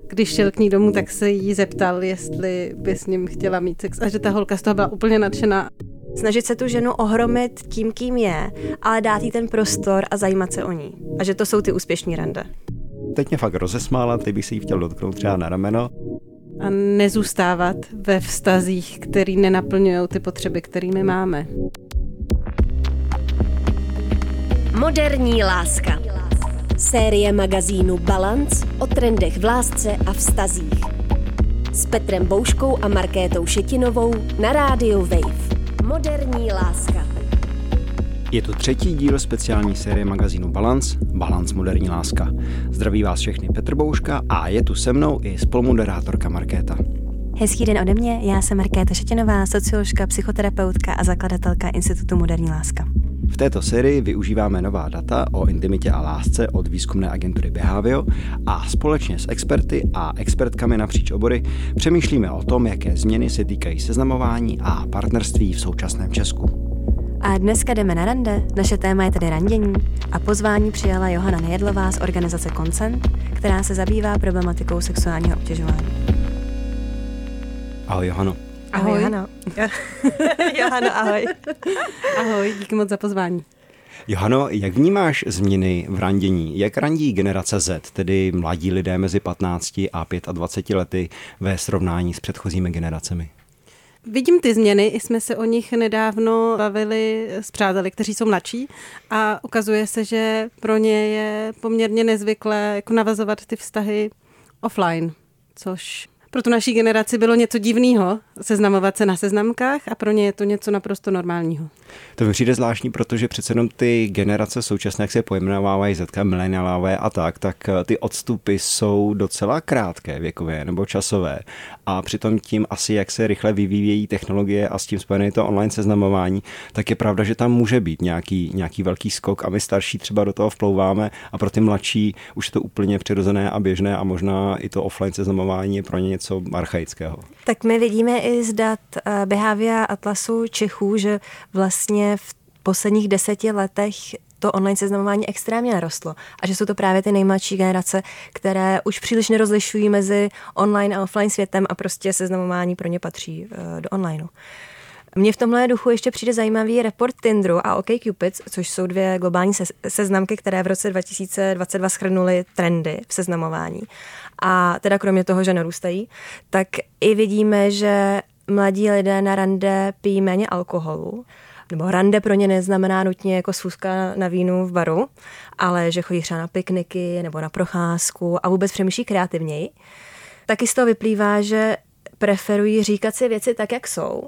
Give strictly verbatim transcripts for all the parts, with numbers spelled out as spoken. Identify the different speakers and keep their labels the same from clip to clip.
Speaker 1: Když šel k ní domů, tak se jí zeptal, jestli by s ním chtěla mít sex a že ta holka z toho byla úplně nadšená.
Speaker 2: Snažit se tu ženu ohromit tím, kým je, ale dát jí ten prostor a zajímat se o ní. A že to jsou ty úspěšní rande.
Speaker 3: Teď mě fakt rozesmála, teď bych se jí chtěl dotknout třeba na rameno.
Speaker 1: A nezůstávat ve vztazích, který nenaplňují ty potřeby, které my máme.
Speaker 4: Moderní láska. Série magazínu Balance o trendech v lásce a vztazích. S Petrem Bouškou a Markétou Šetinovou na rádiu Wave. Moderní láska.
Speaker 3: Je to třetí díl speciální série magazínu Balance, Balance moderní láska. Zdraví vás všechny Petr Bouška a je tu se mnou i spolumoderátorka Markéta.
Speaker 2: Hezký den ode mě, já jsem Markéta Šetinová, socioložka, psychoterapeutka a zakladatelka Institutu Moderní láska.
Speaker 3: V této sérii využíváme nová data o intimitě a lásce od výzkumné agentury Behavio a společně s experty a expertkami napříč obory přemýšlíme o tom, jaké změny se týkají seznamování a partnerství v současném Česku.
Speaker 2: A dneska jdeme na rande, naše téma je tedy randění a pozvání přijala Johana Nejedlová z organizace Consent, která se zabývá problematikou sexuálního obtěžování.
Speaker 3: Ahoj Johano.
Speaker 2: Ahoj, ahoj Johano. Johano, ahoj.
Speaker 1: Ahoj, díky moc za pozvání.
Speaker 3: Johano, jak vnímáš změny v randění? Jak randí generace Z, tedy mladí lidé mezi patnácti a dvaceti pěti lety ve srovnání s předchozími generacemi?
Speaker 1: Vidím ty změny, jsme se o nich nedávno bavili s přáteli, kteří jsou mladší a ukazuje se, že pro ně je poměrně nezvyklé jako navazovat ty vztahy offline, což pro tu naší generaci bylo něco divného, seznamovat se na seznamkách a pro ně je to něco naprosto normálního.
Speaker 3: To mi přijde zvláštní, protože přece jenom ty generace současné, jak se pojmenovávají zetka, mileniálové a tak, tak ty odstupy jsou docela krátké věkově nebo časové a přitom tím asi, jak se rychle vyvíjejí technologie a s tím spojené to online seznamování, tak je pravda, že tam může být nějaký, nějaký velký skok a my starší třeba do toho vplouváme a pro ty mladší už je to úplně přirozené a běžné a možná i to offline seznamování je pro ně něco archaického.
Speaker 2: Tak my vidíme i z dat Behavia Atlasu Čechů, že vlastně v posledních deseti letech to online seznamování extrémně narostlo a že jsou to právě ty nejmladší generace, které už příliš nerozlišují mezi online a offline světem a prostě seznamování pro ně patří do onlineu. Mně v tomhle duchu ještě přijde zajímavý report Tinderu a OkCupid, což jsou dvě globální seznamky, které v roce dva tisíce dvacet dva shrnuly trendy v seznamování. A teda kromě toho, že narůstají, tak i vidíme, že mladí lidé na rande pijí méně alkoholu, nebo rande pro ně neznamená nutně jako schůzka na vínu v baru, ale že chodí třeba na pikniky nebo na procházku a vůbec přemýšlí kreativněji. Taky z toho vyplývá, že preferují říkat si věci tak, jak jsou,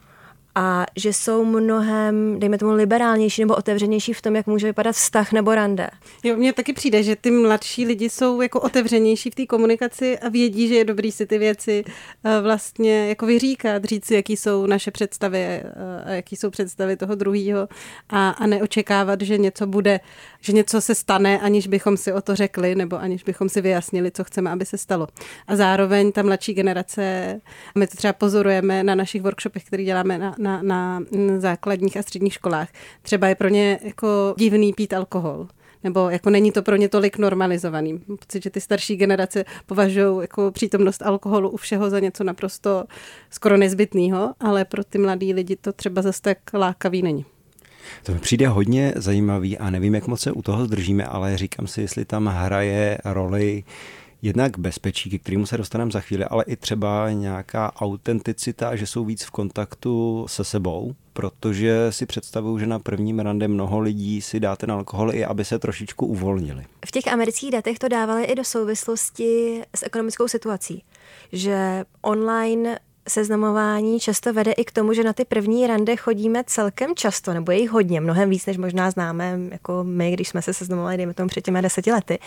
Speaker 2: a že jsou mnohem, dejme tomu, liberálnější nebo otevřenější v tom, jak může vypadat vztah nebo rande.
Speaker 1: Jo, mně taky přijde, že ty mladší lidi jsou jako otevřenější v té komunikaci a vědí, že je dobrý si ty věci vlastně jako vyříkat, říct si, jaký jsou naše představy a jaký jsou představy toho druhého a, a neočekávat, že něco bude, že něco se stane, aniž bychom si o to řekli nebo aniž bychom si vyjasnili, co chceme, aby se stalo. A zároveň ta mladší generace, my to třeba pozorujeme na našich workshopech, které děláme na Na, na základních a středních školách. Třeba je pro ně jako divný pít alkohol. Nebo jako není to pro ně tolik normalizovaný. Mám pocit, že ty starší generace považují jako přítomnost alkoholu u všeho za něco naprosto skoro nezbytného, ale pro ty mladý lidi to třeba zase tak lákavý není.
Speaker 3: To mi přijde hodně zajímavý a nevím, jak moc se u toho zdržíme, ale říkám si, jestli tam hraje roli jednak bezpečí, ke kterému se dostaneme za chvíli, ale i třeba nějaká autenticita, že jsou víc v kontaktu se sebou, protože si představuju, že na prvním rande mnoho lidí si dá ten alkohol i aby se trošičku uvolnili.
Speaker 2: V těch amerických datech to dávali i do souvislosti s ekonomickou situací, že online seznamování často vede i k tomu, že na ty první rande chodíme celkem často, nebo je jich hodně, mnohem víc, než možná známe jako my, když jsme se seznamovali, dejme tomu před těmi deseti lety.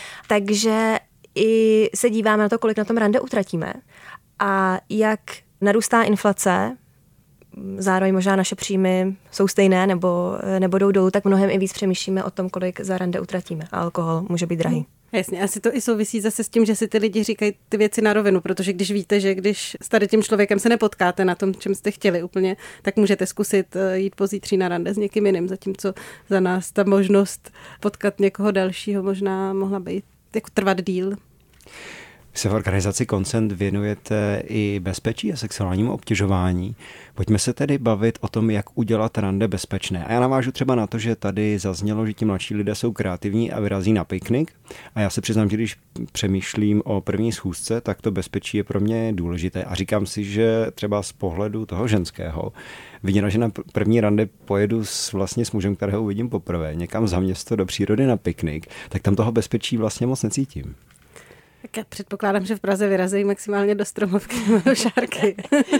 Speaker 2: Takže i se díváme na to, kolik na tom rande utratíme a jak narůstá inflace, zároveň možná naše příjmy jsou stejné nebo, nebo jdou dolů, tak mnohem i víc přemýšlíme o tom, kolik za rande utratíme. A alkohol může být drahý.
Speaker 1: Jasně, asi to i souvisí zase s tím, že si ty lidi říkají ty věci na rovinu, protože když víte, že když s tady tím člověkem se nepotkáte na tom, čem jste chtěli úplně, tak můžete zkusit jít pozítří na rande s někým jiným, zatímco za nás ta možnost potkat někoho dalšího možná mohla být jako trvat díl.
Speaker 3: Vy se v organizaci Consent věnujete i bezpečí a sexuálnímu obtěžování. Pojďme se tedy bavit o tom, jak udělat rande bezpečné. A já navážu třeba na to, že tady zaznělo, že ti mladší lidé jsou kreativní a vyrazí na piknik. A já se přiznám, že když přemýšlím o první schůzce, tak to bezpečí je pro mě důležité. A říkám si, že třeba z pohledu toho ženského, viděno, že na první rande pojedu s, vlastně s mužem, kterého uvidím poprvé, někam za město do přírody na piknik, tak tam toho bezpečí vlastně moc necítím.
Speaker 1: Tak já předpokládám, že v Praze vyrazejí maximálně do stromovky nebo do šárky.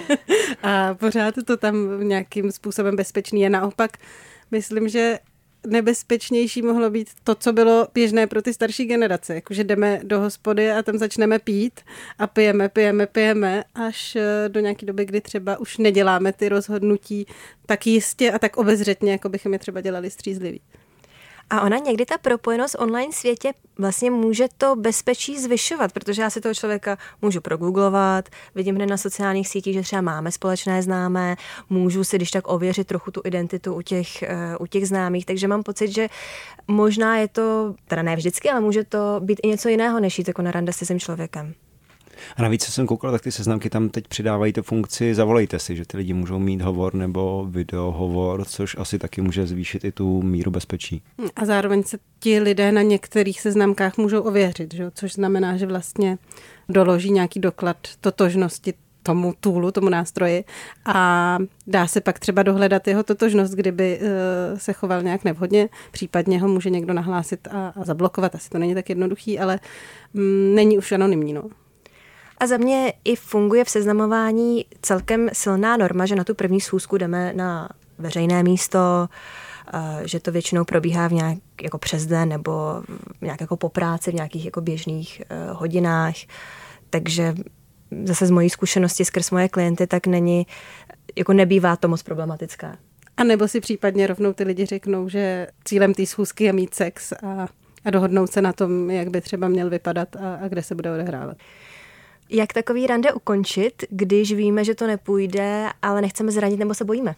Speaker 1: A pořád to tam nějakým způsobem bezpečný je. Naopak, myslím, že nebezpečnější mohlo být to, co bylo běžné pro ty starší generace. Jakože jdeme do hospody a tam začneme pít a pijeme, pijeme, pijeme, až do nějaké doby, kdy třeba už neděláme ty rozhodnutí tak jistě a tak obezřetně, jako bychom je třeba dělali střízliví.
Speaker 2: A ona někdy ta propojenost v online světě vlastně může to bezpečí zvyšovat, protože já si toho člověka můžu progooglovat, vidím hned na sociálních sítích, že třeba máme společné známé, můžu si když tak ověřit trochu tu identitu u těch, u těch známých, takže mám pocit, že možná je to, teda ne vždycky, ale může to být i něco jiného, než jít jako na rande s tím člověkem.
Speaker 3: A navíc, co jsem koukal, tak ty seznamky tam teď přidávají tu funkci zavolejte si, že ty lidi můžou mít hovor nebo videohovor, což asi taky může zvýšit i tu míru bezpečí.
Speaker 1: A zároveň se ti lidé na některých seznamkách můžou ověřit, že? Což znamená, že vlastně doloží nějaký doklad totožnosti tomu toolu, tomu nástroji a dá se pak třeba dohledat jeho totožnost, kdyby uh, se choval nějak nevhodně, případně ho může někdo nahlásit a, a zablokovat. Asi to není tak jednoduchý, ale mm, není už anonymní, no.
Speaker 2: A za mě i funguje v seznamování celkem silná norma, že na tu první schůzku jdeme na veřejné místo, že to většinou probíhá v nějak jako přes den nebo nějak jako po práci, v nějakých jako běžných hodinách. Takže zase z mojí zkušenosti skrz moje klienty tak není, jako nebývá to moc problematické.
Speaker 1: A nebo si případně rovnou ty lidi řeknou, že cílem té schůzky je mít sex a, a dohodnout se na tom, jak by třeba měl vypadat a, a kde se bude odehrávat.
Speaker 2: Jak takový rande ukončit, když víme, že to nepůjde, ale nechceme zranit nebo se bojíme?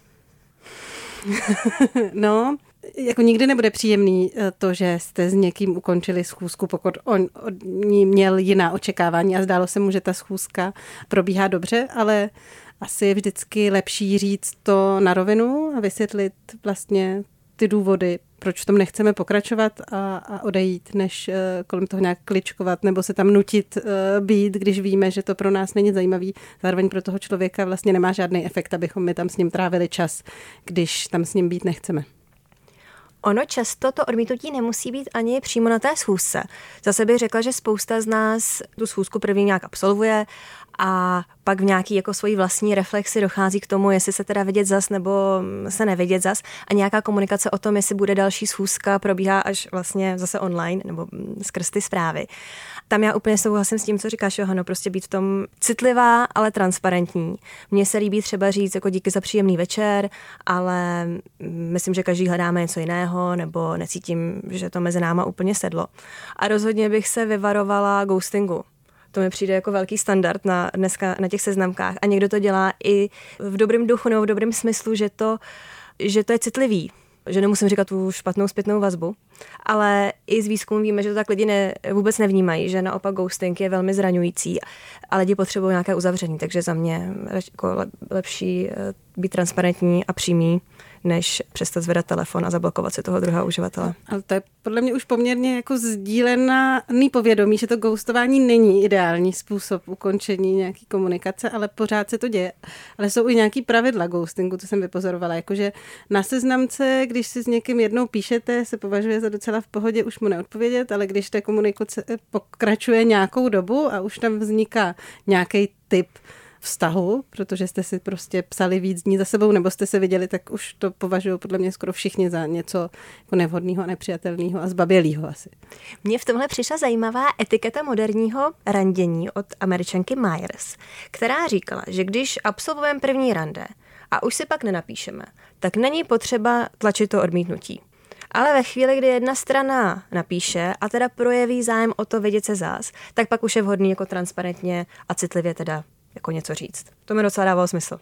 Speaker 1: No, jako nikdy nebude příjemný to, že jste s někým ukončili schůzku, pokud on od ní měl jiná očekávání a zdálo se mu, že ta schůzka probíhá dobře, ale asi je vždycky lepší říct to na rovinu a vysvětlit vlastně ty důvody, proč v tom nechceme pokračovat a, a odejít, než uh, kolem toho nějak kličkovat nebo se tam nutit uh, být, když víme, že to pro nás není zajímavý. Zároveň pro toho člověka vlastně nemá žádný efekt, abychom my tam s ním trávili čas, když tam s ním být nechceme.
Speaker 2: Ono často to odmítnutí nemusí být ani přímo na té schůzce. Zase bych řekla, že spousta z nás tu schůzku první nějak absolvuje a pak v nějaký jako svojí vlastní reflexi dochází k tomu, jestli se teda vidět zas nebo se nevidět zas a nějaká komunikace o tom, jestli bude další schůzka, probíhá až vlastně zase online nebo skrz ty zprávy. Tam já úplně souhlasím s tím, co říkáš, Johano, prostě být v tom citlivá, ale transparentní. Mně se líbí třeba říct jako díky za příjemný večer, ale myslím, že každý hledáme něco jiného nebo necítím, že to mezi náma úplně sedlo. A rozhodně bych se vyvarovala ghostingu. To mi přijde jako velký standard na, dneska na těch seznamkách a někdo to dělá i v dobrém duchu nebo v dobrém smyslu, že to, že to je citlivý. Že nemusím říkat tu špatnou zpětnou vazbu, ale i z výzkumu víme, že to tak lidi ne, vůbec nevnímají, že naopak ghosting je velmi zraňující a lidi potřebují nějaké uzavření, takže za mě jako lepší být transparentní a přímý, než přestat zvedat telefon a zablokovat si toho druhého uživatele.
Speaker 1: Ale to je podle mě už poměrně jako sdílený povědomí, že to ghostování není ideální způsob ukončení nějaký komunikace, ale pořád se to děje. Ale jsou i nějaký pravidla ghostingu, to jsem vypozorovala, jakože na seznamce, když si s někým jednou píšete, se považuje za docela v pohodě už mu neodpovědět, ale když ta komunikace pokračuje nějakou dobu a už tam vzniká nějaký typ vztahu, protože jste si prostě psali víc dní za sebou, nebo jste se viděli, tak už to považují podle mě skoro všichni za něco jako nevhodného, nepřijatelného a zbabělého asi.
Speaker 2: Mně v tomhle přišla zajímavá etiketa moderního randění od Američanky Myers, která říkala, že když absolvujeme první rande a už si pak nenapíšeme, tak není potřeba tlačit to odmítnutí. Ale ve chvíli, kdy jedna strana napíše a teda projeví zájem o to vidět se zás, tak pak už je vhodný jako transparentně a citlivě teda jako něco říct. To mi docela dávalo smysl.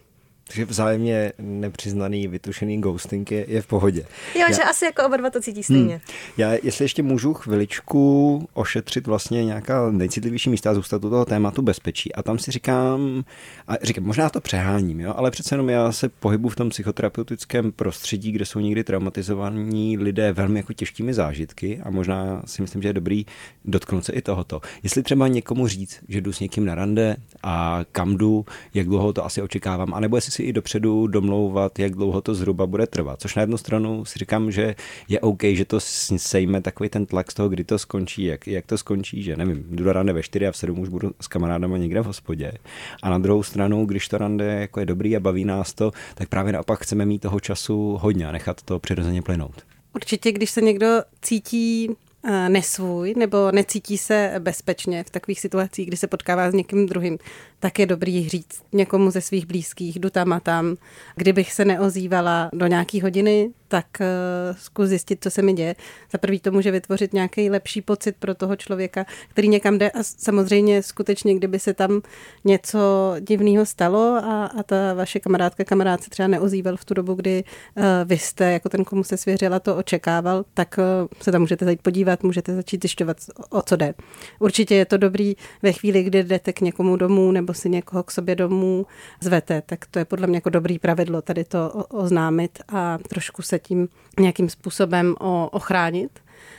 Speaker 3: Takže vzájemně nepřiznaný, vytušený ghosting je, je v pohodě.
Speaker 2: Jo, já, že asi jako oba dva to cítí stejně. Hmm.
Speaker 3: Já, jestli ještě můžu chviličku ošetřit vlastně nějaká nejcitlivější místa a zůstat u toho tématu bezpečí. A tam si říkám, a říkám, možná to přeháním, jo, ale přece jenom já se pohybu v tom psychoterapeutickém prostředí, kde jsou někdy traumatizovaní lidé velmi jako těžkými zážitky a možná si myslím, že je dobrý dotknout se i tohoto. Jestli třeba někomu říct, že jdu s někým na rande a kam jdu, jak dlouho to asi očekávám, anebo jestli si i dopředu domlouvat, jak dlouho to zhruba bude trvat. Což na jednu stranu si říkám, že je OK, že to sejme takový ten tlak z toho, kdy to skončí, jak, jak to skončí, že nevím, jdu do rande ve čtyři a v sedm už budu s kamarádama někde v hospodě. A na druhou stranu, když to rande jako je dobrý a baví nás to, tak právě naopak chceme mít toho času hodně a nechat to přirozeně plynout.
Speaker 1: Určitě, když se někdo cítí nesvůj nebo necítí se bezpečně v takových situacích, kdy se potkává s někým druhým, tak je dobrý říct někomu ze svých blízkých, jdu tam a tam. Kdybych se neozývala do nějaký hodiny, tak uh, zkus zjistit, co se mi děje. Za prvý to může vytvořit nějaký lepší pocit pro toho člověka, který někam jde a samozřejmě skutečně, kdyby se tam něco divného stalo a, a ta vaše kamarádka, kamarád se třeba neozýval v tu dobu, kdy uh, vy jste, jako ten, komu se svěřila, to očekával, tak uh, se tam můžete zajít podívat, můžete začít zjišťovat, o co jde. Určitě je to dobrý ve chvíli, kdy jdete k někomu domů nebo si někoho k sobě domů zvete, tak to je podle mě jako dobrý pravidlo tady to oznámit a trošku se tím nějakým způsobem ochránit.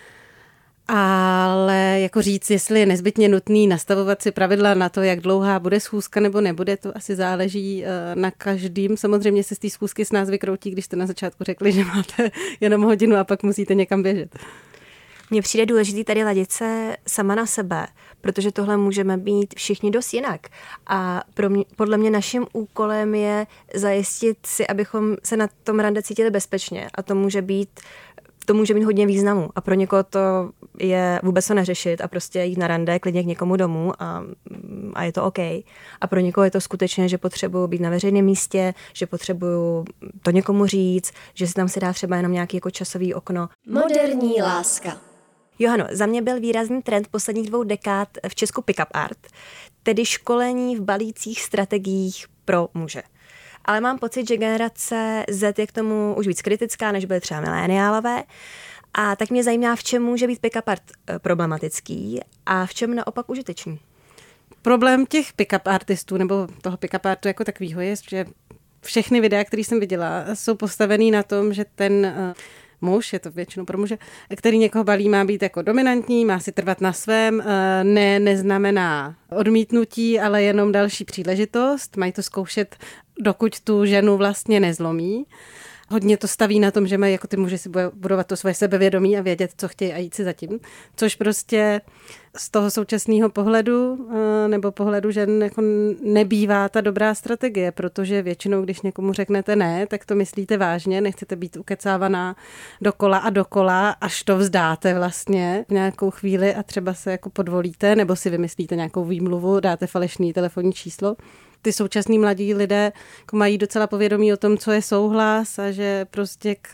Speaker 1: Ale jako říct, jestli je nezbytně nutný nastavovat si pravidla na to, jak dlouhá bude schůzka nebo nebude, to asi záleží na každým. Samozřejmě se z té schůzky s nás vykroutí, když jste na začátku řekli, že máte jenom hodinu a pak musíte někam běžet.
Speaker 2: Mně přijde důležitý tady ladit se sama na sebe, protože tohle můžeme být všichni dost jinak. A pro mě, podle mě naším úkolem je zajistit si, abychom se na tom rande cítili bezpečně. A to může být, to může mít hodně významu. A pro někoho to je vůbec to neřešit a prostě jít na rande, klidně k někomu domů a, a je to OK. A pro někoho je to skutečně, že potřebuju být na veřejném místě, že potřebuju to někomu říct, že se tam se dá třeba jenom nějaký jako časový okno.
Speaker 4: Moderní láska.
Speaker 2: Johano, za mě byl výrazný trend posledních dvou dekád v Česku pick-up art, tedy školení v balících strategiích pro muže. Ale mám pocit, že generace Z je k tomu už víc kritická, než byly třeba mileniálové. A tak mě zajímá, v čem může být pick-up art problematický a v čem naopak užitečný.
Speaker 1: Problém těch pick-up artistů nebo toho pick-up artu jako takovýho je, že všechny videa, které jsem viděla, jsou postavený na tom, že ten muž, je to většinou pro muže, který někoho balí, má být jako dominantní, má si trvat na svém, ne, neznamená odmítnutí, ale jenom další příležitost. Mají to zkoušet, dokud tu ženu vlastně nezlomí. Hodně to staví na tom, že mají jako ty muži si budovat to svoje sebevědomí a vědět, co chtějí a jít si zatím. Což prostě z toho současného pohledu nebo pohledu žen jako nebývá ta dobrá strategie, protože většinou, když někomu řeknete ne, tak to myslíte vážně, nechcete být ukecávaná dokola a dokola, až to vzdáte vlastně v nějakou chvíli a třeba se jako podvolíte nebo si vymyslíte nějakou výmluvu, dáte falešný telefonní číslo. Ty současní mladí lidé jako mají docela povědomí o tom, co je souhlas a že prostě k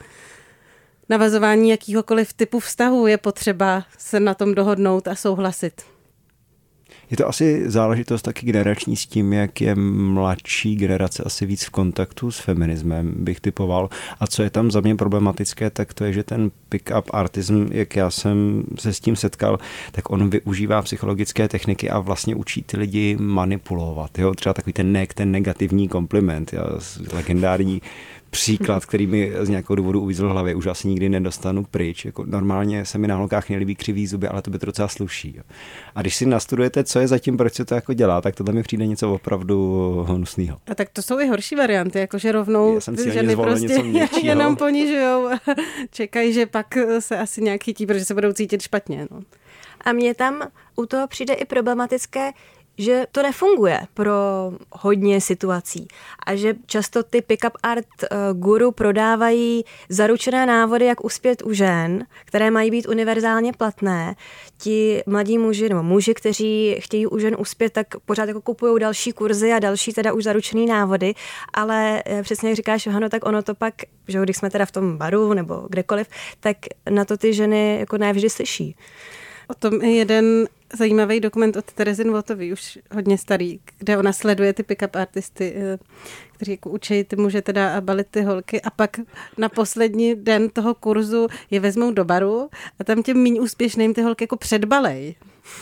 Speaker 1: navazování jakýhokoliv typu vztahu je potřeba se na tom dohodnout a souhlasit.
Speaker 3: Je to asi záležitost taky generační s tím, jak je mladší generace asi víc v kontaktu s feminismem, bych typoval. A co je tam za mě problematické, tak to je, že ten pick-up artism, jak já jsem se s tím setkal, tak on využívá psychologické techniky a vlastně učí ty lidi manipulovat. Jo? Třeba takový ten, ne, ten negativní kompliment, jo? Legendární příklad, který mi z nějakého důvodu uvízl v hlavě, už asi nikdy nedostanu pryč. Jako normálně se mi na holkách nelíbí křivý zuby, ale to by to docela sluší. Jo. A když si nastudujete, co je zatím, proč se to jako dělá, tak tohle mi přijde něco opravdu hnusného.
Speaker 1: A tak to jsou i horší varianty, jakože rovnou ty ženy prostě jenom ponižujou a čekají, že pak se asi nějak chytí, protože se budou cítit špatně. No.
Speaker 2: A mně tam u toho přijde i problematické, že to nefunguje pro hodně situací a že často ty pick-up art uh, guru prodávají zaručené návody, jak uspět u žen, které mají být univerzálně platné. Ti mladí muži nebo muži, kteří chtějí u žen uspět, tak pořád jako kupují další kurzy a další teda už zaručené návody, ale uh, přesně jak říkáš, Johano, tak ono to pak, že když jsme teda v tom baru nebo kdekoliv, tak na to ty ženy jako nevždy slyší.
Speaker 1: O tom je jeden zajímavý dokument od Terezy Nwotový, už hodně starý, kde ona sleduje ty pick-up artisty, kteří jako učí ty muže teda balit ty holky a pak na poslední den toho kurzu je vezmou do baru a tam těm míň úspěšným ty holky jako předbalej.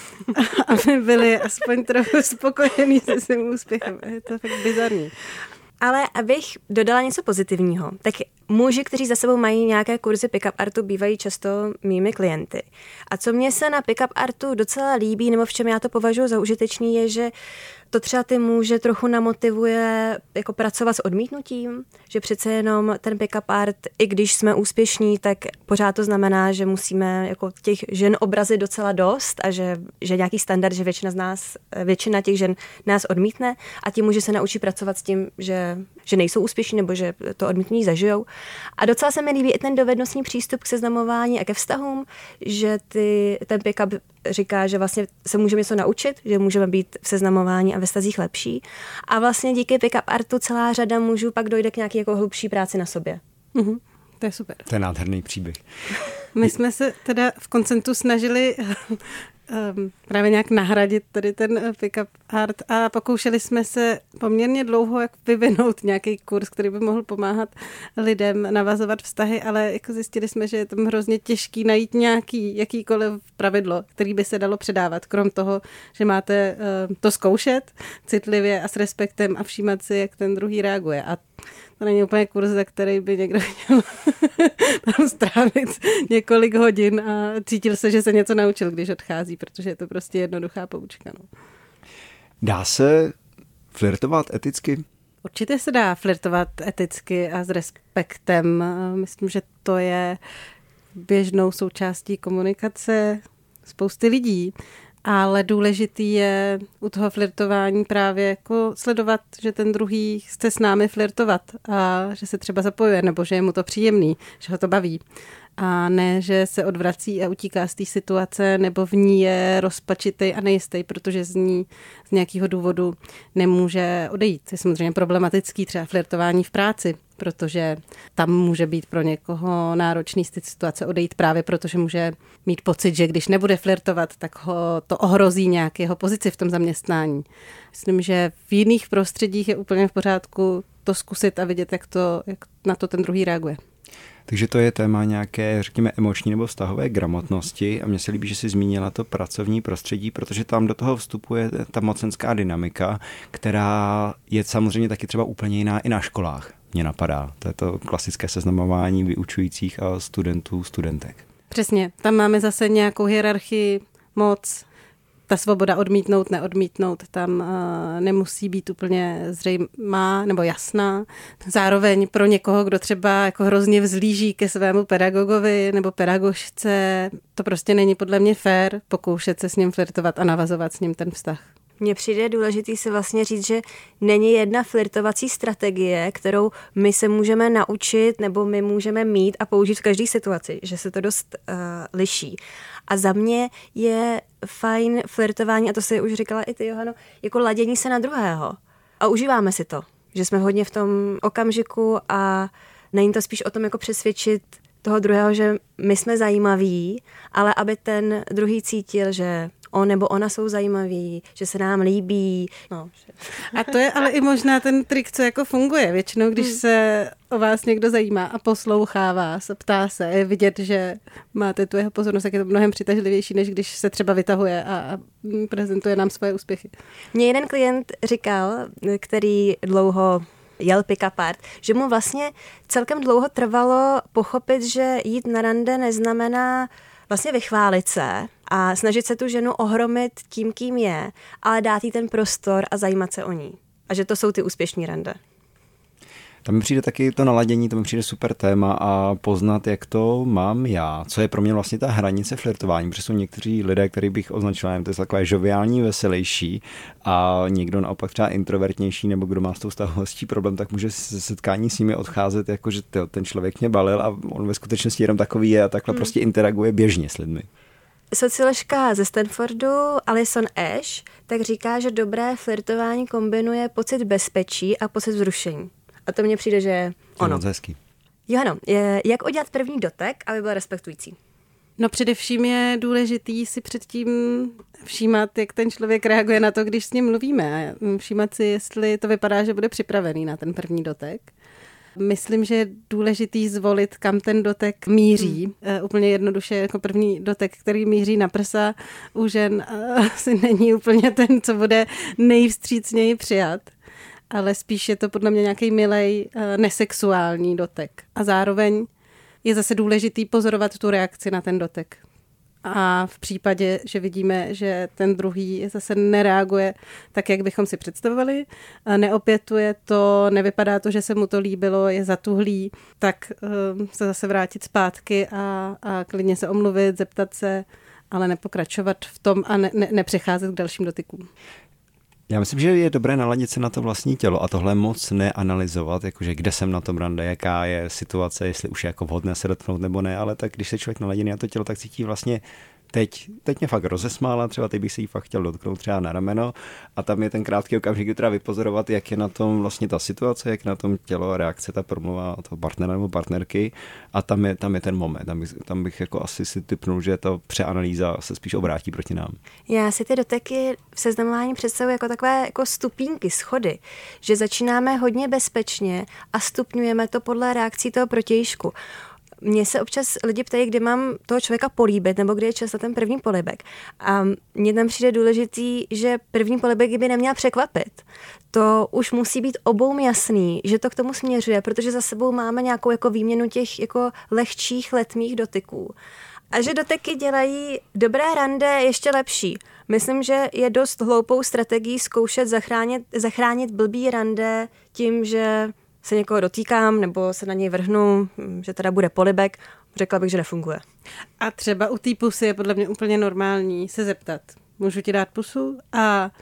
Speaker 1: Aby byli aspoň trochu spokojení se svým úspěchem. Je to fakt bizarní.
Speaker 2: Ale abych dodala něco pozitivního, tak muži, kteří za sebou mají nějaké kurzy pick-up artu, bývají často mými klienty. A co mně se na pick-up artu docela líbí, nebo v čem já to považuji za užitečný, je, že to třeba ty muže trochu namotivuje jako pracovat s odmítnutím, že přece jenom ten pick-up art, i když jsme úspěšní, tak pořád to znamená, že musíme jako těch žen obrazit docela dost a že, že nějaký standard, že většina z nás, většina těch žen nás odmítne a ti muži se naučí pracovat s tím, že, že nejsou úspěšní nebo že to odmítnutí zažijou. A docela se mi líbí i ten dovednostní přístup k seznamování a ke vztahům, že ty, ten pick-up říká, že vlastně se můžeme něco naučit, že můžeme být v seznamování a ve vztazích lepší. A vlastně díky pick-up artu celá řada mužů pak dojde k nějaké jako hlubší práci na sobě.
Speaker 1: Mm-hmm. To je super.
Speaker 3: To je nádherný příběh.
Speaker 1: My jsme se teda v Koncentu snažili um, právě nějak nahradit tady ten pick-up art a pokoušeli jsme se poměrně dlouho jak vyvinout nějaký kurz, který by mohl pomáhat lidem navazovat vztahy, ale jako zjistili jsme, že je tam hrozně těžký najít nějaký jakýkoliv pravidlo, který by se dalo předávat, krom toho, že máte uh, to zkoušet citlivě a s respektem a všímat si, jak ten druhý reaguje. A to není úplně kurz, za který by někdo chtěl tam strávit několik hodin a cítil se, že se něco naučil, když odchází, protože je to prostě jednoduchá poučka. No.
Speaker 3: Dá se flirtovat eticky?
Speaker 1: Určitě se dá flirtovat eticky a s respektem. Myslím, že to je běžnou součástí komunikace spousty lidí. Ale důležitý je u toho flirtování právě jako sledovat, že ten druhý chce s námi flirtovat a že se třeba zapojuje, nebo že je mu to příjemný, že ho to baví. A ne, že se odvrací a utíká z té situace, nebo v ní je rozpačitej a nejistý, protože z ní z nějakého důvodu nemůže odejít. Je samozřejmě problematický třeba flirtování v práci, protože tam může být pro někoho náročný z té situace odejít právě protože může mít pocit, že když nebude flirtovat, tak ho to ohrozí nějak jeho pozici v tom zaměstnání. Myslím, že v jiných prostředích je úplně v pořádku to zkusit a vidět, jak, to, jak na to ten druhý reaguje.
Speaker 3: Takže to je téma nějaké, řekněme, emoční nebo vztahové gramotnosti a mně se líbí, že jsi zmínila to pracovní prostředí, protože tam do toho vstupuje ta mocenská dynamika, která je samozřejmě taky třeba úplně jiná i na školách. Mně napadá. To je to klasické seznamování vyučujících a studentů, studentek.
Speaker 1: Přesně. Tam máme zase nějakou hierarchii, moc, ta svoboda odmítnout, neodmítnout, tam uh, nemusí být úplně zřejmá nebo jasná. Zároveň pro někoho, kdo třeba jako hrozně vzlíží ke svému pedagogovi nebo pedagožce, to prostě není podle mě fér pokoušet se s ním flirtovat a navazovat s ním ten vztah.
Speaker 2: Mně přijde důležitý si vlastně říct, že není jedna flirtovací strategie, kterou my se můžeme naučit nebo my můžeme mít a použít v každé situaci, že se to dost uh, liší. A za mě je fajn flirtování, a to si už říkala i ty, Johano, jako ladění se na druhého. A užíváme si to, že jsme hodně v tom okamžiku a není to spíš o tom jako přesvědčit toho druhého, že my jsme zajímaví, ale aby ten druhý cítil, že on nebo ona jsou zajímaví, že se nám líbí. No.
Speaker 1: A to je ale i možná ten trik, co jako funguje. Většinou, když se o vás někdo zajímá a poslouchá vás a ptá se, je vidět, že máte tu jeho pozornost, tak je to mnohem přitažlivější, než když se třeba vytahuje a, a prezentuje nám svoje úspěchy.
Speaker 2: Mně jeden klient říkal, který dlouho jel pick-up art, že mu vlastně celkem dlouho trvalo pochopit, že jít na rande neznamená vlastně vychválit se a snažit se tu ženu ohromit tím, kým je, ale dát jí ten prostor a zajímat se o ní. A že to jsou ty úspěšní rande.
Speaker 3: Tam mi přijde taky to naladění, to mi přijde super téma a poznat, jak to mám já. Co je pro mě vlastně ta hranice flirtování, protože jsou někteří lidé, který bych označil, to je takové žoviální, veselější a někdo naopak třeba introvertnější nebo kdo má s tou vztahovostí problém, tak může se setkání s nimi odcházet jako, že ten člověk mě balil a on ve skutečnosti jenom takový je a takhle hmm. prostě interaguje běžně s lidmi.
Speaker 2: Socioložka ze Stanfordu Alison Ash tak říká, že dobré flirtování kombinuje pocit bezpečí a pocit vzrušení. A to mně přijde, že je ono.
Speaker 3: To je hezký.
Speaker 2: Johano, jak udělat první dotek, aby byl respektující?
Speaker 1: No především je důležitý si předtím všímat, jak ten člověk reaguje na to, když s ním mluvíme. Všímat si, jestli to vypadá, že bude připravený na ten první dotek. Myslím, že je důležitý zvolit, kam ten dotek míří. Hmm. Uh, úplně jednoduše jako první dotek, který míří na prsa u žen, uh, asi není úplně ten, co bude nejvstřícněji přijat. Ale spíš je to podle mě nějaký milej, uh, nesexuální dotek. A zároveň je zase důležitý pozorovat tu reakci na ten dotek. A v případě, že vidíme, že ten druhý zase nereaguje tak, jak bychom si představovali, neopětuje to, nevypadá to, že se mu to líbilo, je zatuhlý, tak uh, se zase vrátit zpátky a, a klidně se omluvit, zeptat se, ale nepokračovat v tom a ne, ne, nepřecházet k dalším dotykům.
Speaker 3: Já myslím, že je dobré naladit se na to vlastní tělo a tohle moc neanalyzovat, jakože kde jsem na tom rande, jaká je situace, jestli už je jako vhodné se dotknout nebo ne, ale tak když se člověk naladí na to tělo, tak cítí vlastně teď, teď mě fakt rozesmála, třeba teď bych se jí fakt chtěl dotknout třeba na rameno a tam je ten krátký okamžik, kdy teda vypozorovat, jak je na tom vlastně ta situace, jak je na tom tělo, reakce, ta promluva toho partnera nebo partnerky a tam je, tam je ten moment, tam bych, tam bych jako asi si tipnul, že ta přeanalýza se spíš obrátí proti nám.
Speaker 2: Já si ty doteky v seznamování představuji jako takové jako stupínky, schody, že začínáme hodně bezpečně a stupňujeme to podle reakcí toho protějšku. Mně se občas lidi ptají, kdy mám toho člověka políbit, nebo kdy je čas na ten první polibek. A mně tam přijde důležitý, že první polibek by neměl překvapit. To už musí být obou jasný, že to k tomu směřuje, protože za sebou máme nějakou jako výměnu těch jako lehčích letmých dotyků. A že doteky dělají dobré rande ještě lepší. Myslím, že je dost hloupou strategií zkoušet zachránit, zachránit blbý rande tím, že se někoho dotýkám nebo se na něj vrhnu, že teda bude polibek, řekla bych, že nefunguje.
Speaker 1: A třeba u té pusy je podle mě úplně normální se zeptat, můžu ti dát pusu? A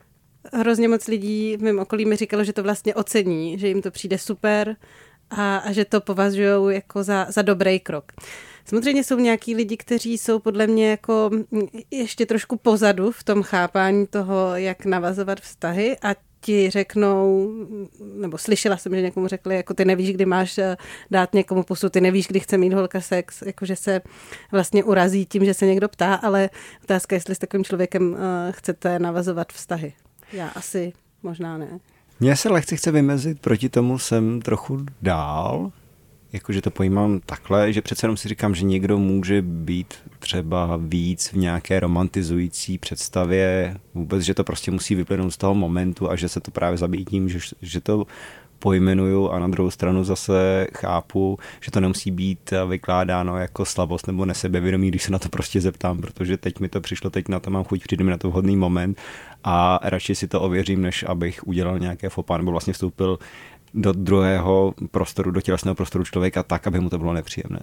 Speaker 1: hrozně moc lidí v mém okolí mi říkalo, že to vlastně ocení, že jim to přijde super a, a že to považujou jako za, za dobrý krok. Samozřejmě jsou nějaký lidi, kteří jsou podle mě jako ještě trošku pozadu v tom chápání toho, jak navazovat vztahy a ti řeknou, nebo slyšela jsem, že někomu řekli, jako ty nevíš, kdy máš dát někomu pusu, ty nevíš, kdy chce mít holka sex, jakože se vlastně urazí tím, že se někdo ptá, ale otázka je, jestli s takovým člověkem uh, chcete navazovat vztahy. Já asi možná ne.
Speaker 3: Mně se lehce chce vymezit, proti tomu jsem trochu dál, jakože to pojímám takhle, že přece jenom si říkám, že někdo může být třeba víc v nějaké romantizující představě, vůbec, že to prostě musí vyplynout z toho momentu a že se to právě zabíjí tím, že, že to pojmenuju a na druhou stranu zase chápu, že to nemusí být vykládáno jako slabost nebo nesebevědomí, když se na to prostě zeptám, protože teď mi to přišlo, teď na to mám chuť, přijde mi na to vhodný moment a radši si to ověřím, než abych udělal nějaké fopa nebo vlastně vstoupil do druhého prostoru, do tělesného prostoru člověka tak, aby mu to bylo nepříjemné.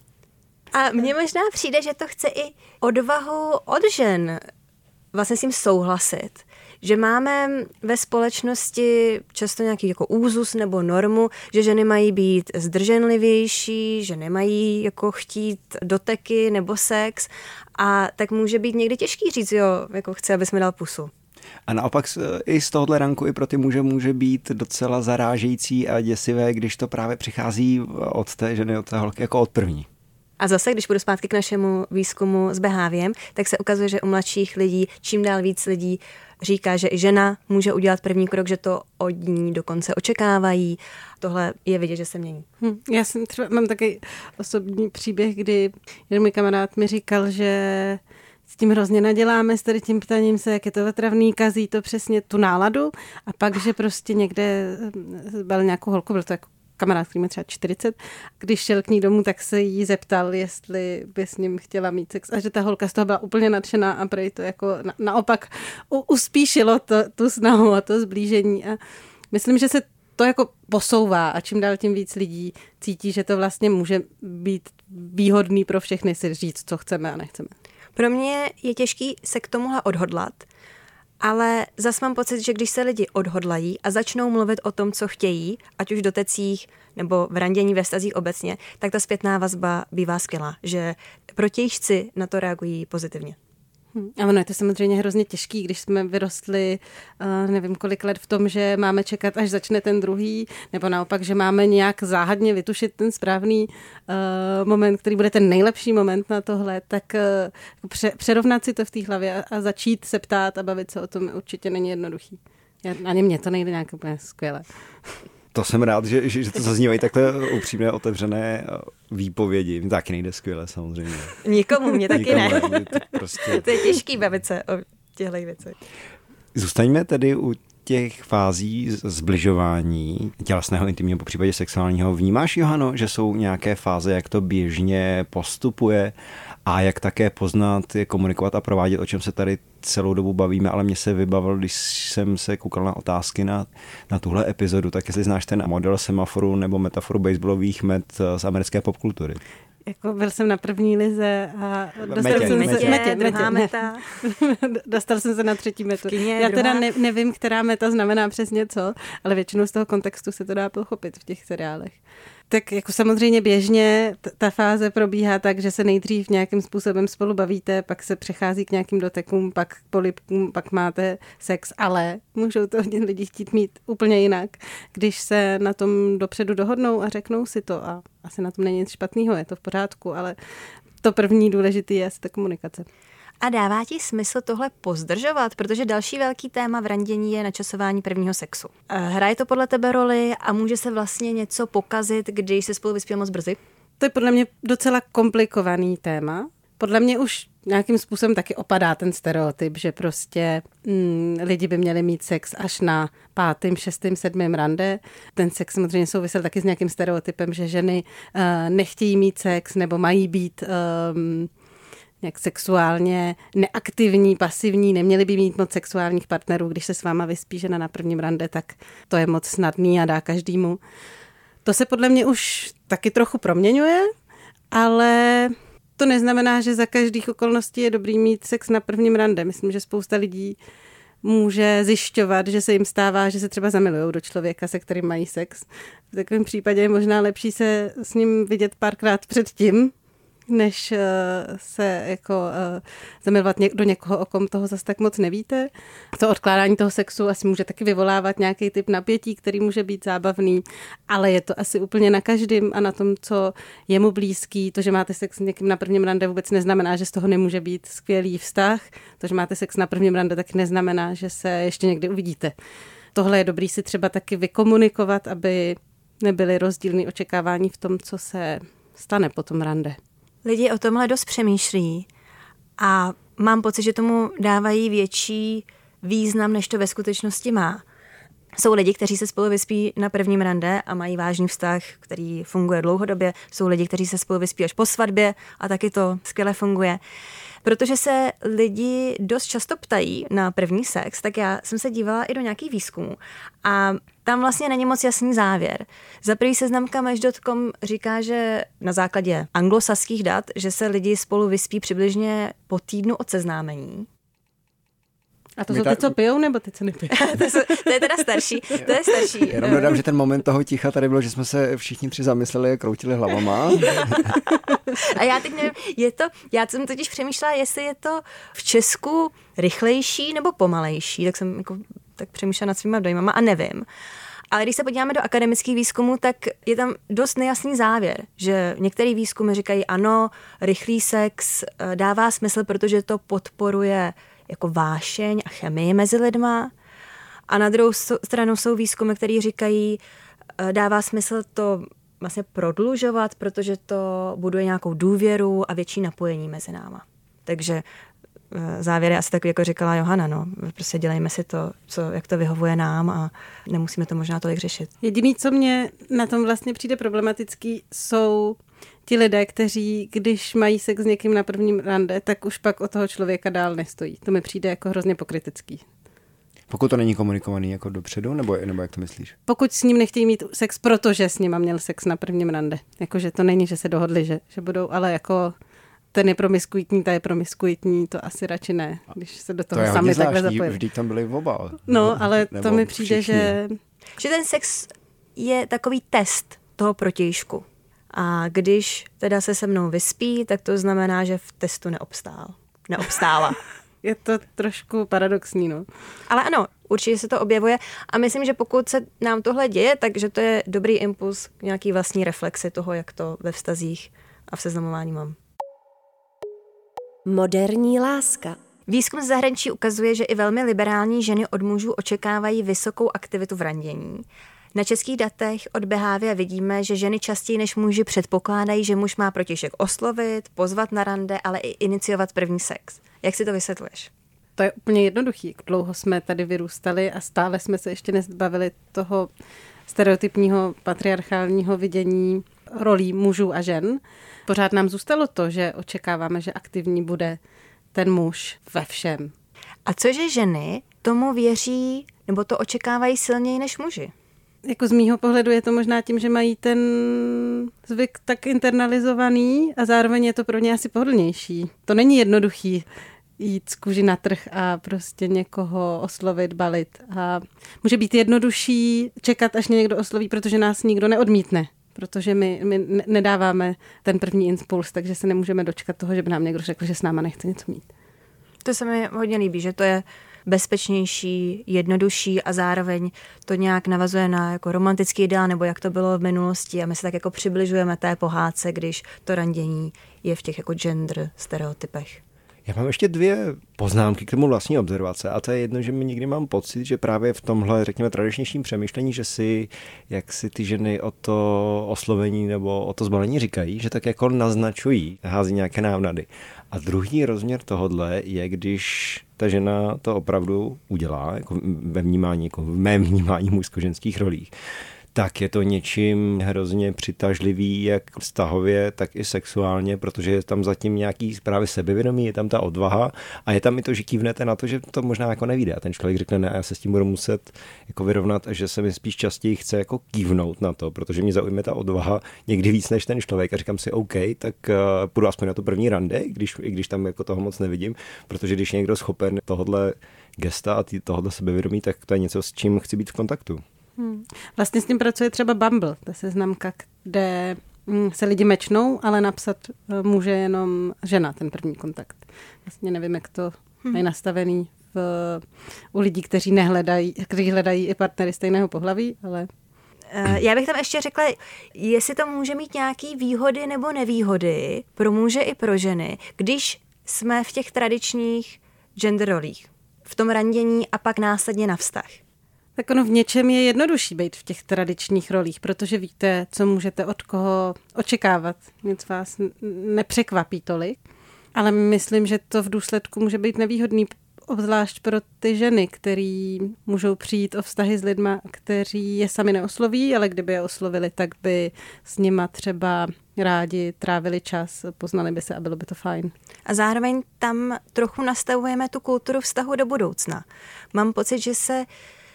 Speaker 2: A mně možná přijde, že to chce i odvahu od žen vlastně s tím souhlasit. Že máme ve společnosti často nějaký jako úzus nebo normu, že ženy mají být zdrženlivější, že nemají jako chtít doteky nebo sex a tak může být někdy těžký říct, jo, jako chci, abys mi dal pusu.
Speaker 3: A naopak i z tohohle ranku i pro ty muže může být docela zarážející a děsivé, když to právě přichází od té ženy, od té holky, jako od první.
Speaker 2: A zase, když půjdu zpátky k našemu výzkumu s Beháviem, tak se ukazuje, že u mladších lidí čím dál víc lidí říká, že i žena může udělat první krok, že to od ní dokonce očekávají. Tohle je vidět, že se mění.
Speaker 1: Hm, já jsem třeba, mám takový osobní příběh, kdy jeden můj kamarád mi říkal, že s tím hrozně naděláme, s tady tím ptaním se, jak je to otravný, kazí to přesně tu náladu a pak, že prostě někde byl nějakou holku, byl to jako kamarád, který má třeba čtyřicet, když šel k ní domů, tak se jí zeptal, jestli by s ním chtěla mít sex a že ta holka z toho byla úplně nadšená a prej to jako na, naopak u, uspíšilo to, tu snahu a to zblížení a myslím, že se to jako posouvá a čím dál tím víc lidí cítí, že to vlastně může být výhodný pro všechny si říct, co chceme a nechceme.
Speaker 2: Pro mě je těžký se k tomuhle odhodlat, ale zas mám pocit, že když se lidi odhodlají a začnou mluvit o tom, co chtějí, ať už v dotecích nebo v randění ve vztazích obecně, tak ta zpětná vazba bývá skvělá, že protějšci na to reagují pozitivně.
Speaker 1: A ono je to samozřejmě hrozně těžký, když jsme vyrostli, uh, nevím kolik let v tom, že máme čekat, až začne ten druhý, nebo naopak, že máme nějak záhadně vytušit ten správný uh, moment, který bude ten nejlepší moment na tohle, tak uh, pře- přerovnat si to v té hlavě a, a začít se ptát a bavit se o tom určitě není jednoduchý. Já, ani mně to nejde nějak úplně skvěle.
Speaker 3: To jsem rád, že, že to zaznívají takhle upřímné, otevřené výpovědi. Mně taky nejde skvěle, samozřejmě.
Speaker 2: Nikomu, mě taky
Speaker 3: Nikomu
Speaker 2: ne.
Speaker 3: ne. To, prostě...
Speaker 2: to je těžký bavit se o těchto věcech.
Speaker 3: Zůstaňme tedy u těch fází zbližování tělesného, intimního, po případě sexuálního. Vnímáš, Johano, že jsou nějaké fáze, jak to běžně postupuje a jak také poznat, je komunikovat a provádět, o čem se tady celou dobu bavíme, ale mě se vybavil, když jsem se koukal na otázky na, na tuhle epizodu, tak jestli znáš ten model semaforu nebo metaforu baseballových met z americké popkultury.
Speaker 1: Jako byl jsem na první lize a dostal
Speaker 3: metě,
Speaker 1: jsem
Speaker 3: metě.
Speaker 1: se metě,
Speaker 2: druhá
Speaker 1: metě,
Speaker 2: meta.
Speaker 1: dostal jsem se na třetí metu.
Speaker 2: Kyně,
Speaker 1: Já teda
Speaker 2: druhá.
Speaker 1: ne, nevím, která meta znamená přesně co, ale většinou z toho kontextu se to dá pochopit v těch seriálech. Tak jako samozřejmě běžně t- ta fáze probíhá tak, že se nejdřív nějakým způsobem spolu bavíte, pak se přechází k nějakým dotekům, pak k polibkům, pak máte sex, ale můžou to hodně lidi chtít mít úplně jinak, když se na tom dopředu dohodnou a řeknou si to a asi na tom není nic špatného, je to v pořádku, ale to první důležité je asi ta komunikace.
Speaker 2: A dává ti smysl tohle pozdržovat, protože další velký téma v randění je načasování prvního sexu. Hraje to podle tebe roli a může se vlastně něco pokazit, když se spolu vyspí moc brzy?
Speaker 1: To je podle mě docela komplikovaný téma. Podle mě už nějakým způsobem taky opadá ten stereotyp, že prostě mm, lidi by měli mít sex až na pátým, šestým, sedmým rande. Ten sex samozřejmě souvisel taky s nějakým stereotypem, že ženy uh, nechtějí mít sex nebo mají být um, nějak sexuálně neaktivní, pasivní, neměli by mít moc sexuálních partnerů. Když se s váma vyspí žena na prvním rande, tak to je moc snadný a dá každému. To se podle mě už taky trochu proměňuje, ale to neznamená, že za každých okolností je dobrý mít sex na prvním rande. Myslím, že spousta lidí může zjišťovat, že se jim stává, že se třeba zamilujou do člověka, se kterým mají sex. V takovém případě je možná lepší se s ním vidět párkrát předtím, než uh, se jako uh, zamilovat něk- do někoho, o kom toho zase tak moc nevíte. To odkládání toho sexu asi může taky vyvolávat nějaký typ napětí, který může být zábavný, ale je to asi úplně na každém a na tom, co je mu blízký. To, že máte sex s někým na prvním rande, vůbec neznamená, že z toho nemůže být skvělý vztah. To, že máte sex na prvním rande, taky neznamená, že se ještě někdy uvidíte. Tohle je dobrý si třeba taky vykomunikovat, aby nebyly rozdílné očekávání v tom, co se stane po tom rande.
Speaker 2: Lidi o tomhle dost přemýšlí a mám pocit, že tomu dávají větší význam, než to ve skutečnosti má. Jsou lidi, kteří se spolu vyspí na prvním rande a mají vážný vztah, který funguje dlouhodobě. Jsou lidi, kteří se spolu vyspí až po svatbě a taky to skvěle funguje. Protože se lidi dost často ptají na první sex, tak já jsem se dívala i do nějakých výzkumů a tam vlastně není moc jasný závěr. Za první seznamka match tečka com říká, že na základě anglosaských dat, že se lidi spolu vyspí přibližně po týdnu od seznámení.
Speaker 1: A to
Speaker 3: My
Speaker 1: jsou
Speaker 3: ta-
Speaker 1: ty, co pijou, nebo ty, co nepijou?
Speaker 2: to, jsou, to je teda starší. To je starší.
Speaker 3: Jenom dodám, že ten moment toho ticha tady bylo, že jsme se všichni tři zamysleli a kroutili hlavama.
Speaker 2: A já teď nevím, je to, já jsem totiž přemýšlela, jestli je to v Česku rychlejší nebo pomalejší, tak jsem jako, tak přemýšlela nad svýma dojmama a nevím. Ale když se podíváme do akademických výzkumů, tak je tam dost nejasný závěr, že některé výzkumy říkají ano, rychlý sex dává smysl, protože to podporuje jako vášeň a chemii mezi lidma. A na druhou stranu jsou výzkumy, které říkají, dává smysl to vlastně prodlužovat, protože to buduje nějakou důvěru a větší napojení mezi náma. Takže závěr je asi takový, jako říkala Johana, no, prostě dělejme si to, co, jak to vyhovuje nám a nemusíme to možná tolik řešit.
Speaker 1: Jediný, co mě na tom vlastně přijde problematický, jsou ti lidé, kteří, když mají sex s někým na prvním rande, tak už pak o toho člověka dál nestojí. To mi přijde jako hrozně pokrytecký.
Speaker 3: Pokud to není komunikovaný jako dopředu, nebo, nebo jak to myslíš?
Speaker 1: Pokud s ním nechtějí mít sex, protože s nima měl sex na prvním rande. Jakože to není, že se dohodli, že, že budou, ale jako ten je promiskuitní, ta je promiskuitní, to asi radši ne, když se do toho
Speaker 3: to
Speaker 1: sami takhle zapojili.
Speaker 3: Vždyť tam byli oba.
Speaker 1: No, ale
Speaker 3: nebo
Speaker 1: to mi přijde,
Speaker 3: všichni.
Speaker 1: že...
Speaker 2: Že ten sex je takový test toho protějšku. A když teda se se mnou vyspí, tak to znamená, že v testu neobstál. Neobstála.
Speaker 1: je to trošku paradoxní, no.
Speaker 2: Ale ano, určitě se to objevuje a myslím, že pokud se nám tohle děje, takže to je dobrý impuls k nějaký vlastní reflexi toho, jak to ve vztazích a v seznamování mám.
Speaker 4: Moderní láska.
Speaker 2: Výzkum z zahraničí ukazuje, že i velmi liberální ženy od mužů očekávají vysokou aktivitu v randění. Na českých datech od Behavia vidíme, že ženy častěji než muži předpokládají, že muž má protějšek oslovit, pozvat na rande, ale i iniciovat první sex. Jak si to vysvětluješ?
Speaker 1: To je úplně jednoduchý. Jak dlouho jsme tady vyrůstali a stále jsme se ještě nezbavili toho stereotypního patriarchálního vidění rolí mužů a žen. Pořád nám zůstalo to, že očekáváme, že aktivní bude ten muž ve všem.
Speaker 2: A cože ženy tomu věří, nebo to očekávají silněji než muži?
Speaker 1: Jako z mýho pohledu je to možná tím, že mají ten zvyk tak internalizovaný a zároveň je to pro ně asi pohodlnější. To není jednoduchý jít z kůži na trh a prostě někoho oslovit, balit. A může být jednodušší čekat, až mě někdo osloví, protože nás nikdo neodmítne. Protože my, my nedáváme ten první impuls, takže se nemůžeme dočkat toho, že by nám někdo řekl, že s náma nechce něco mít.
Speaker 2: To se mi hodně líbí, že to je bezpečnější, jednodušší a zároveň to nějak navazuje na jako romantický ideál, nebo jak to bylo v minulosti a my se tak jako přibližujeme té pohádce, když to randění je v těch jako gender stereotypech.
Speaker 3: Já mám ještě dvě poznámky k tomu vlastní observace a to je jedno, že mi někdy mám pocit, že právě v tomhle, řekněme, tradičnějším přemýšlení, že si, jak si ty ženy o to oslovení nebo o to zbalení říkají, že tak jako naznačují, hází nějaké návnady. A druhý rozměr tohodle je, když ta žena to opravdu udělá, jako ve vnímání, jako v mém vnímání mužsko-ženských rolích, tak je to něčím hrozně přitažlivý, jak vztahově, tak i sexuálně, protože je tam zatím nějaký právě sebevědomí, je tam ta odvaha a je tam i to, že kývnete na to, že to možná jako nevíde. A ten člověk řekne, ne, já se s tím budu muset jako vyrovnat, že se mi spíš častěji chce jako kývnout na to, protože mě zaujme ta odvaha někdy víc než ten člověk a říkám si, OK, tak uh, půjdu aspoň na to první rande, když, i když tam jako toho moc nevidím, protože když je někdo schopen tohodle gesta a tohodle sebevědomí, tak to je něco, s čím chci být v kontaktu.
Speaker 1: Hmm. Vlastně s tím pracuje třeba Bumble, ta seznamka, kde se lidi mečnou, ale napsat může jenom žena ten první kontakt. Vlastně nevím, jak to hmm. mají nastavený v, u lidí, kteří nehledají, kteří hledají i partnery stejného pohlaví, ale...
Speaker 2: Já bych tam ještě řekla, jestli to může mít nějaký výhody nebo nevýhody pro muže i pro ženy, když jsme v těch tradičních gender rolích, v tom randění a pak následně na vztah.
Speaker 1: Tak ono v něčem je jednodušší být v těch tradičních rolích, protože víte, co můžete od koho očekávat. Nic vás nepřekvapí tolik. Ale myslím, že to v důsledku může být nevýhodný, obzvlášť pro ty ženy, který můžou přijít o vztahy s lidma, kteří je sami neosloví, ale kdyby je oslovili, tak by s nima třeba rádi trávili čas, poznali by se a bylo by to fajn.
Speaker 2: A zároveň tam trochu nastavujeme tu kulturu vztahu do budoucna. Mám pocit, že se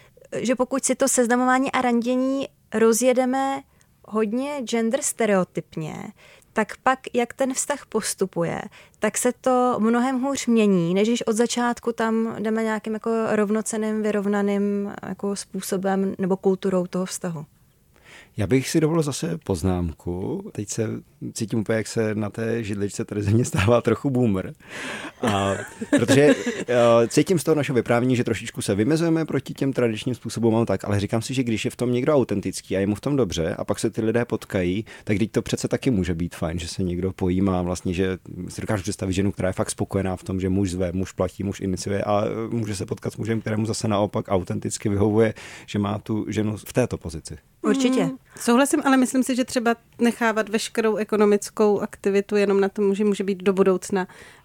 Speaker 2: že pokud si to seznamování a randění rozjedeme hodně gender stereotypně, tak pak, jak ten vztah postupuje, tak se to mnohem hůř mění, než když od začátku tam jdeme nějakým jako rovnocenným, vyrovnaným jako způsobem nebo kulturou toho vztahu.
Speaker 3: Já bych si dovolil zase poznámku. Teď se cítím úplně, jak se na té židličce tady ze mě stává trochu boomer. A, protože uh, cítím z toho našeho vyprávění, že trošičku se vymezujeme proti těm tradičním způsobům, tak, ale říkám si, že když je v tom někdo autentický a je mu v tom dobře a pak se ty lidé potkají, tak teď to přece taky může být fajn, že se někdo pojímá vlastně, že si dokážu představit ženu, která je fakt spokojená v tom, že muž zve, muž platí, muž iniciuje a může se potkat s mužem, kterému zase naopak autenticky vyhovuje, že má tu ženu v této pozici.
Speaker 2: Určitě.
Speaker 1: Mm, souhlasím, ale myslím si, že třeba nechávat veškerou ekonomickou aktivitu jenom na tom, že může být do budoucna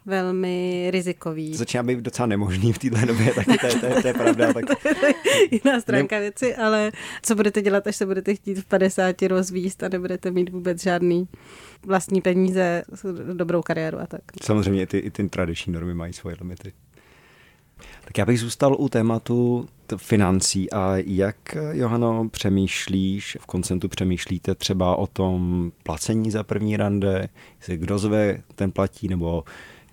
Speaker 1: velmi rizikový.
Speaker 3: To začíná být docela nemožný v této době, taky to je, to je, to je pravda. Tak...
Speaker 1: Jiná stránka věci, ale co budete dělat, až se budete chtít v padesáti rozvíjet a nebudete mít vůbec žádný vlastní peníze, dobrou kariéru a tak.
Speaker 3: Samozřejmě i ty, i ty tradiční normy mají svoje limity. Tak já bych zůstal u tématu financí a jak, Johano, přemýšlíš, v koncentu přemýšlíte třeba o tom placení za první rande, jestli kdo zve, ten platí, nebo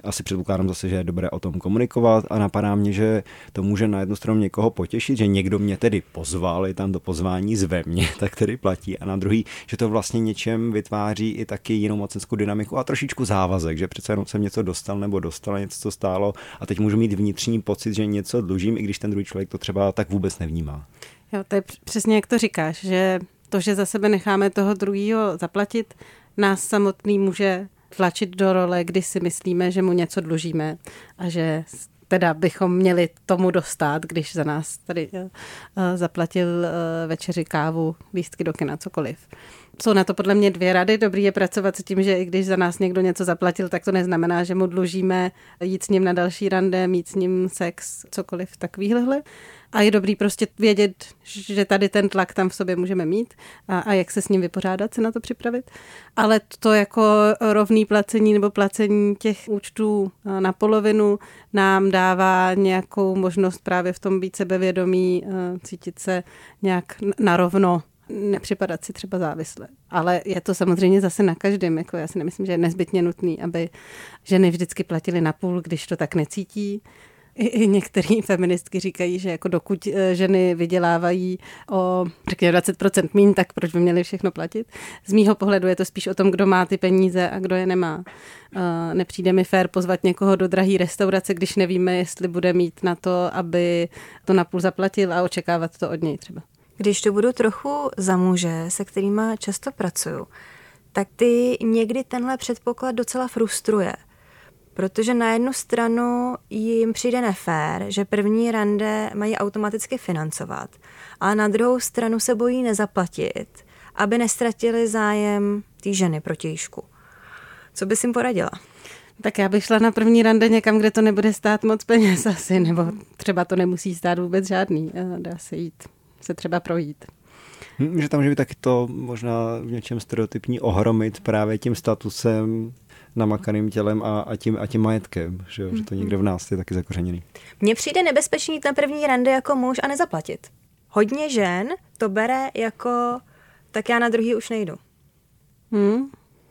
Speaker 3: Asi předpokládám zase, že je dobré o tom komunikovat a napadá mě, že to může na jednu stranu někoho potěšit, že někdo mě tedy pozval, je tam to pozvání zve mě, tak tedy platí, a na druhý, že to vlastně něčem vytváří i taky jinou mocenskou dynamiku a trošičku závazek, že přece jenom jsem něco dostal nebo dostala něco, co stálo a teď můžu mít vnitřní pocit, že něco dlužím, i když ten druhý člověk to třeba tak vůbec nevnímá.
Speaker 1: Jo, to je přesně jak to říkáš, že to, že za sebe necháme toho druhýho zaplatit, nás samotný může tlačit do role, kdy si myslíme, že mu něco dlužíme a že teda bychom měli tomu dostat, když za nás tady uh, zaplatil uh, večeři, kávu, lístky do kina, cokoliv. Jsou na to podle mě dvě rady. Dobrý je pracovat s tím, že i když za nás někdo něco zaplatil, tak to neznamená, že mu dlužíme jít s ním na další rande, mít s ním sex, cokoliv takovýhle. A je dobrý prostě vědět, že tady ten tlak tam v sobě můžeme mít a, a jak se s ním vypořádat, se na to připravit. Ale to jako rovný placení nebo placení těch účtů na polovinu nám dává nějakou možnost právě v tom být sebevědomí, cítit se nějak narovno, nepřipadat si třeba závisle. Ale je to samozřejmě zase na každém. Jako já si nemyslím, že je nezbytně nutný, aby ženy vždycky platily na půl, když to tak necítí. I, i některé feministky říkají, že jako dokud ženy vydělávají o řekněme dvacet procent míň, tak proč by měly všechno platit? Z mýho pohledu je to spíš o tom, kdo má ty peníze a kdo je nemá. Uh, nepřijde mi fér pozvat někoho do drahé restaurace, když nevíme, jestli bude mít na to, aby to napůl zaplatil a očekávat to od něj třeba.
Speaker 2: Když to budu trochu za muže, se kterýma často pracuju, tak ty někdy tenhle předpoklad docela frustruje. Protože na jednu stranu jim přijde nefér, že první rande mají automaticky financovat, ale na druhou stranu se bojí nezaplatit, aby nestratili zájem té ženy protějšku. Co bys jim poradila?
Speaker 1: Tak já bych šla na první rande někam, kde to nebude stát moc peněz asi, nebo třeba to nemusí stát vůbec žádný. Dá se jít, se třeba projít.
Speaker 3: Že tam může být taky to možná v něčem stereotypní ohromit právě tím statusem, namakaným tělem a, a, tím, a tím majetkem, že, mm-hmm. že to někde v nás je taky zakořeněný.
Speaker 2: Mně přijde nebezpečný jít na první rande jako muž a nezaplatit. Hodně žen to bere jako, tak já na druhý už nejdu.
Speaker 1: Hmm.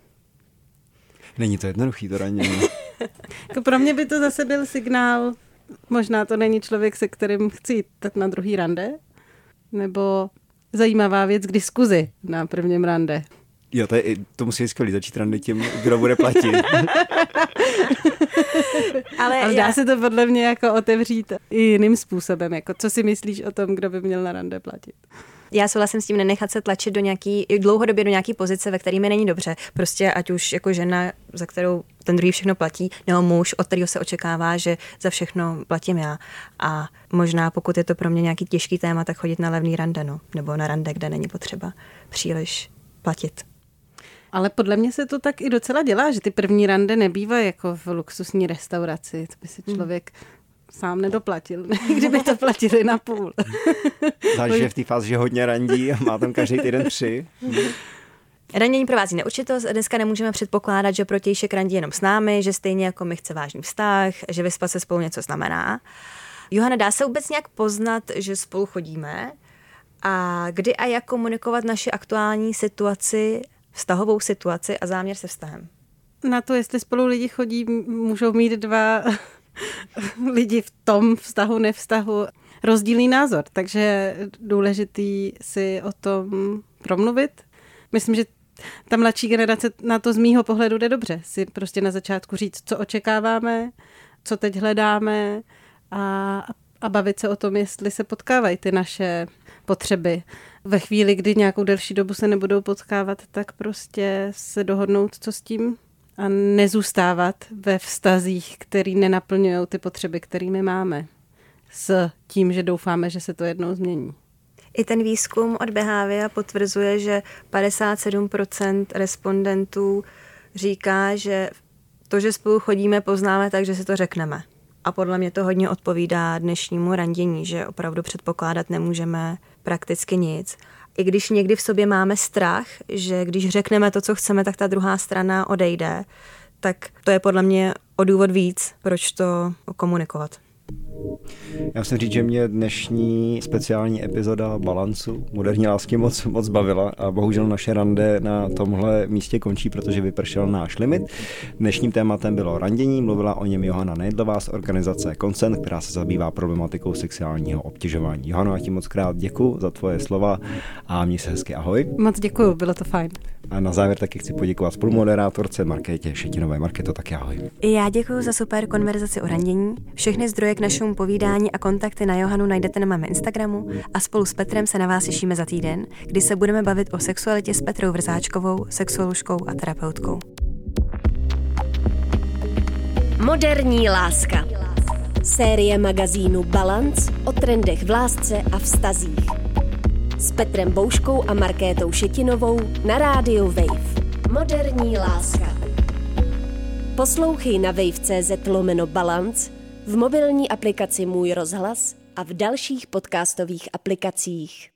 Speaker 3: Není to jednoduchý to ranění.
Speaker 1: Jako pro mě by to zase byl signál, možná to není člověk, se kterým chci jít na druhý rande, nebo zajímavá věc k diskuzi na prvním rande.
Speaker 3: Jo, to, je, to musí skvělý začít randy tím, kdo bude platit.
Speaker 1: Ale, Ale dá já... se to podle mě jako otevřít i jiným způsobem. Jako co si myslíš o tom, kdo by měl na rande platit?
Speaker 2: Já souhlasím s tím nenechat se tlačit do nějaký, dlouhodobě do nějaký pozice, ve které mi není dobře. Prostě ať už jako žena, za kterou ten druhý všechno platí, nebo muž, od kterého se očekává, že za všechno platím já. A možná pokud je to pro mě nějaký těžký téma, tak chodit na levný rande, no, nebo na rande, kde není potřeba příliš platit.
Speaker 1: Ale podle mě se to tak i docela dělá, že ty první rande nebývají jako v luxusní restauraci. To by si člověk hmm. sám nedoplatil, kdyby to platili na půl.
Speaker 3: Záleží, že v té fázi, že hodně randí a má tam každý týden tři.
Speaker 2: Randění provází neurčitost. Dneska nemůžeme předpokládat, že protějšek randí jenom s námi, že stejně jako my chce vážný vztah, že vyspat se spolu něco znamená. Johana, dá se vůbec nějak poznat, že spolu chodíme? A kdy a jak komunikovat naši aktuální situaci, vztahovou situaci a záměr se vztahem?
Speaker 1: Na to, jestli spolu lidi chodí, můžou mít dva lidi v tom vztahu, nevztahu rozdílný názor. Takže důležitý si o tom promluvit. Myslím, že ta mladší generace na to z mýho pohledu jde dobře. Si prostě na začátku říct, co očekáváme, co teď hledáme a, a bavit se o tom, jestli se potkávají ty naše potřeby. Ve chvíli, kdy nějakou delší dobu se nebudou potkávat, tak prostě se dohodnout, co s tím a nezůstávat ve vztazích, který nenaplňují ty potřeby, kterými máme. S tím, že doufáme, že se to jednou změní.
Speaker 2: I ten výzkum od Behavia potvrzuje, že padesát sedm procent respondentů říká, že to, že spolu chodíme, poznáme tak, že si to řekneme. A podle mě to hodně odpovídá dnešnímu randění, že opravdu předpokládat nemůžeme prakticky nic. I když někdy v sobě máme strach, že když řekneme to, co chceme, tak ta druhá strana odejde, tak to je podle mě o důvod víc, proč to komunikovat.
Speaker 3: Já musím říct, že mě dnešní speciální epizoda Balancu, moderní lásky, moc, moc bavila a bohužel naše rande na tomhle místě končí, protože vypršel náš limit. Dnešním tématem bylo randění, mluvila o něm Johana Nejdlová z organizace Consent, která se zabývá problematikou sexuálního obtěžování. Johano, já ti moc krát děkuju za tvoje slova a měj se hezky, ahoj.
Speaker 1: Moc děkuju, bylo to fajn.
Speaker 3: A na závěr taky chci poděkovat spolumoderátorce Markétě Šetinové. Markéto, taky ahoj.
Speaker 2: Já děkuji za super konverzaci o randění. Všechny zdroje k našemu povídání a kontakty na Johanu najdete na mém Instagramu a spolu s Petrem se na vás těšíme za týden, kdy se budeme bavit o sexualitě s Petrou Vrzáčkovou, sexuoložkou a terapeutkou.
Speaker 4: Moderní láska. Série magazínu Balance o trendech v lásce a vztazích. S Petrem Bouškou a Markétou Šetinovou na rádiu Wave. Moderní láska. Poslouchej na wave tečka cé zet lomeno Balance, v mobilní aplikaci Můj rozhlas a v dalších podcastových aplikacích.